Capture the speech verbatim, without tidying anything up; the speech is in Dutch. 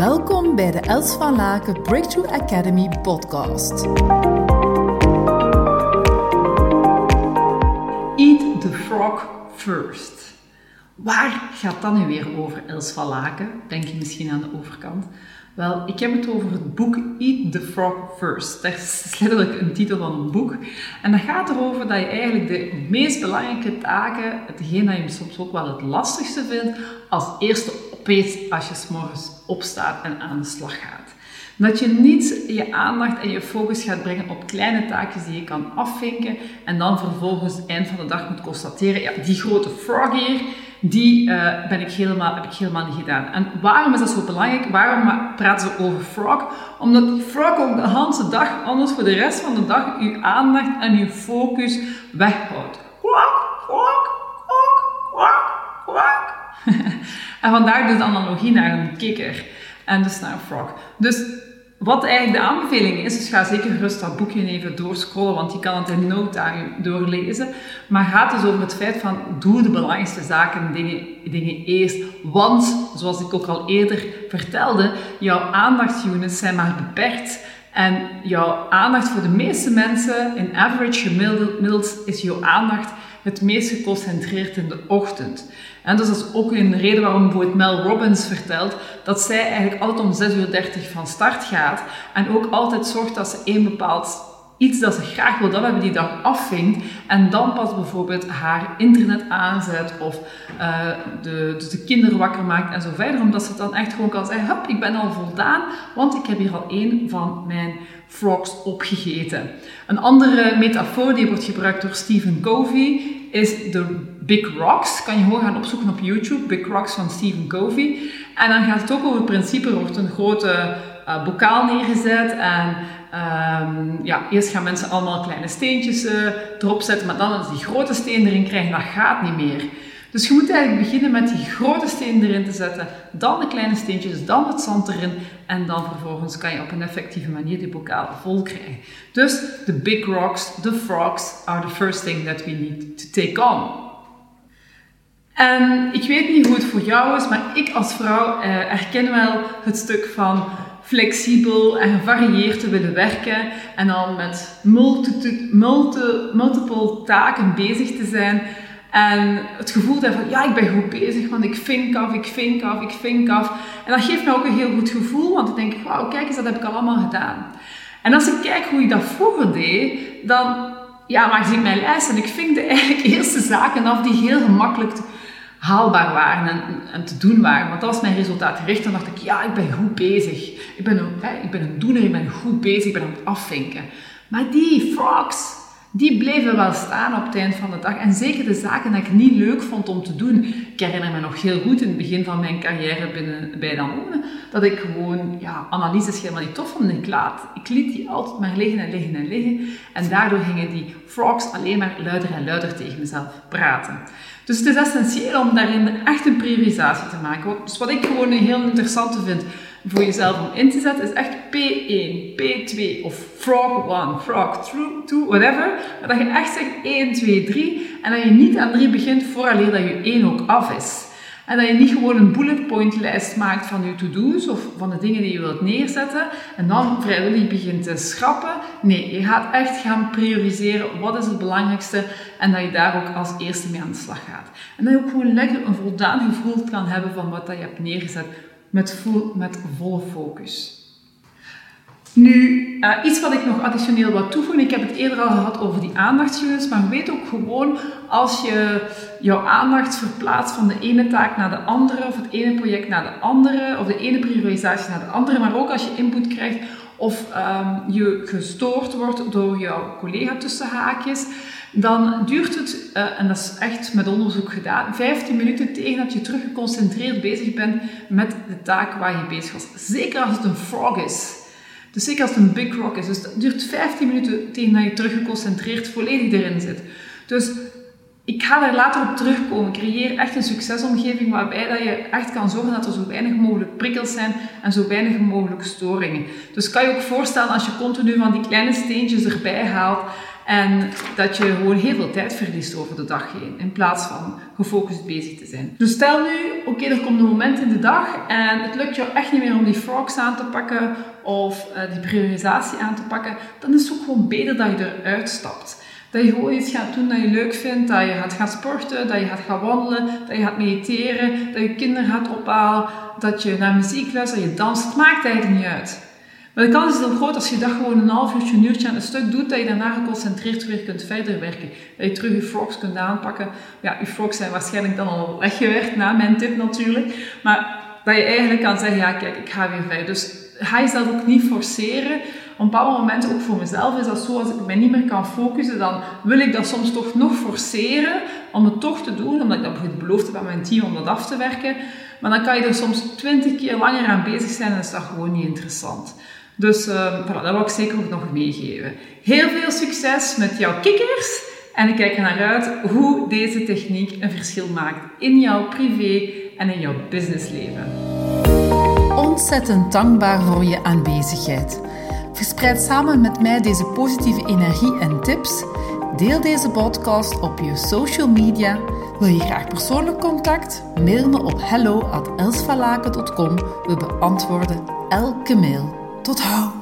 Welkom bij de Els van Laken Breakthrough Academy podcast. Eat the frog first. Waar gaat dat nu weer over, Els van Laken? Denk je misschien aan de overkant. Wel, ik heb het over het boek Eat the Frog First. Dat is letterlijk een titel van een boek. En dat gaat erover dat je eigenlijk de meest belangrijke taken, hetgeen dat je soms ook wel het lastigste vindt, als eerste opeet als je 's morgens opstaat en aan de slag gaat. Dat je niet je aandacht en je focus gaat brengen op kleine taakjes die je kan afvinken en dan vervolgens eind van de dag moet constateren, ja, die grote frog hier, die uh, ben ik helemaal, heb ik helemaal niet gedaan. En waarom is dat zo belangrijk? Waarom praten ze over frog? Omdat frog ook de hele dag, anders voor de rest van de dag, je aandacht en je focus weghoudt. Kwak, kwak, kwak, kwak, kwak. En vandaar dus de analogie naar een kikker en dus naar een frog. Dus wat eigenlijk de aanbeveling is, dus ga zeker gerust dat boekje even doorscrollen, want je kan het in no time doorlezen. Maar gaat dus over het feit van, doe de belangrijkste zaken, dingen, dingen eerst. Want, zoals ik ook al eerder vertelde, jouw aandachtsunits zijn maar beperkt. En jouw aandacht voor de meeste mensen, in average gemiddeld, is jouw aandacht het meest geconcentreerd in de ochtend. En dus dat is ook een reden waarom bijvoorbeeld Mel Robbins vertelt dat zij eigenlijk altijd om zes uur dertig van start gaat en ook altijd zorgt dat ze één bepaald iets dat ze graag wil dat hebben die dag afvinkt en dan pas bijvoorbeeld haar internet aanzet of uh, de, dus de kinderen wakker maakt en zo verder, omdat ze dan echt gewoon kan zeggen, hup, ik ben al voldaan, want ik heb hier al één van mijn frogs opgegeten. Een andere metafoor die wordt gebruikt door Stephen Covey is de Big Rocks. Kan je gewoon gaan opzoeken op YouTube, Big Rocks van Stephen Covey. En dan gaat het ook over het principe, er wordt een grote uh, bokaal neergezet en um, ja, eerst gaan mensen allemaal kleine steentjes uh, erop zetten, maar dan als die grote steen erin krijgen, dat gaat niet meer. Dus je moet eigenlijk beginnen met die grote steen erin te zetten, dan de kleine steentjes, dan het zand erin en dan vervolgens kan je op een effectieve manier die bokaal vol krijgen. Dus de big rocks, the frogs, are the first thing that we need to take on. En ik weet niet hoe het voor jou is, maar ik als vrouw eh, herken wel het stuk van flexibel en gevarieerd te willen werken en dan met multi, multi, multiple taken bezig te zijn. En het gevoel te hebben van, ja, ik ben goed bezig, want ik vink af, ik vink af, ik vink af. En dat geeft mij ook een heel goed gevoel, want dan denk ik, wauw, kijk eens, dat heb ik allemaal gedaan. En als ik kijk hoe ik dat vroeger deed, dan ja, maakte ik mijn lijst en ik vinkte eigenlijk eerst de zaken af die heel gemakkelijk haalbaar waren en, en te doen waren. Want dat was mijn resultaatgericht. Dan dacht ik, ja, ik ben goed bezig. Ik ben een, hè, ik ben een doener, ik ben goed bezig, ik ben aan het afvinken. Maar die frogs, die bleven wel staan op het eind van de dag. En zeker de zaken die ik niet leuk vond om te doen. Ik herinner me nog heel goed in het begin van mijn carrière binnen, bij Danone, dat ik gewoon ja, analyses helemaal niet tof vond. Ik, laat, ik liet die altijd maar liggen en liggen en liggen. En daardoor gingen die frogs alleen maar luider en luider tegen mezelf praten. Dus het is essentieel om daarin echt een priorisatie te maken. Dus wat ik gewoon een heel interessante vind voor jezelf om in te zetten, is echt P één, P twee of frog one, frog two, whatever. Maar dat je echt zegt één, twee, drie en dat je niet aan drie begint vooraleer dat je één ook af is. En dat je niet gewoon een bullet point lijst maakt van je to-do's of van de dingen die je wilt neerzetten en dan vrijwillig begint te schrappen. Nee, je gaat echt gaan prioriseren wat is het belangrijkste en dat je daar ook als eerste mee aan de slag gaat. En dat je ook gewoon lekker een voldaan gevoel kan hebben van wat dat je hebt neergezet met, vol, met volle focus. Nu, uh, iets wat ik nog additioneel wil toevoegen, ik heb het eerder al gehad over die aandachtsunits, maar weet ook gewoon als je jouw aandacht verplaatst van de ene taak naar de andere, of het ene project naar de andere, of de ene priorisatie naar de andere, maar ook als je input krijgt of um, je gestoord wordt door jouw collega tussen haakjes, dan duurt het, uh, en dat is echt met onderzoek gedaan, vijftien minuten tegen dat je terug geconcentreerd bezig bent met de taak waar je bezig was. Zeker als het een frog is. Dus zeker als het een big rock is. Dus het duurt vijftien minuten tegen dat je terug geconcentreerd volledig erin zit. Dus ik ga daar later op terugkomen. Creëer echt een succesomgeving waarbij dat je echt kan zorgen dat er zo weinig mogelijk prikkels zijn en zo weinig mogelijk storingen. Dus kan je ook voorstellen als je continu van die kleine steentjes erbij haalt En dat je gewoon heel veel tijd verliest over de dag heen, in plaats van gefocust bezig te zijn. Dus stel nu, oké, okay, er komt een moment in de dag en het lukt jou echt niet meer om die frogs aan te pakken of uh, die priorisatie aan te pakken, dan is het ook gewoon beter dat je eruit stapt. Dat je gewoon iets gaat doen dat je leuk vindt, dat je gaat gaan sporten, dat je gaat gaan wandelen, dat je gaat mediteren, dat je kinderen gaat ophalen, dat je naar muziek luistert, dat je danst. Het maakt eigenlijk niet uit. Maar de kans is heel groot als je dat gewoon een half uurtje, een uurtje aan een stuk doet, dat je daarna geconcentreerd weer kunt verder werken. Dat je terug je frogs kunt aanpakken. Ja, je frogs zijn waarschijnlijk dan al weggewerkt, na mijn tip natuurlijk. Maar dat je eigenlijk kan zeggen, ja kijk, ik ga weer verder. Dus ga jezelf ook niet forceren. Op een bepaald moment, ook voor mezelf, is dat zo, als ik mij niet meer kan focussen, dan wil ik dat soms toch nog forceren om het toch te doen, omdat ik dat bijvoorbeeld beloofd heb aan mijn team om dat af te werken. Maar dan kan je er soms twintig keer langer aan bezig zijn en is dat gewoon niet interessant. Dus uh, voilà, dat wil ik zeker ook nog meegeven. Heel veel succes met jouw kikkers en ik kijk er naar uit hoe deze techniek een verschil maakt in jouw privé en in jouw businessleven. Ontzettend dankbaar voor je aanwezigheid. Verspreid samen met mij deze positieve energie en tips. Deel deze podcast op je social media. Wil je graag persoonlijk contact? Mail me op hello at els van laken dot com. We beantwoorden elke mail. Tot hou!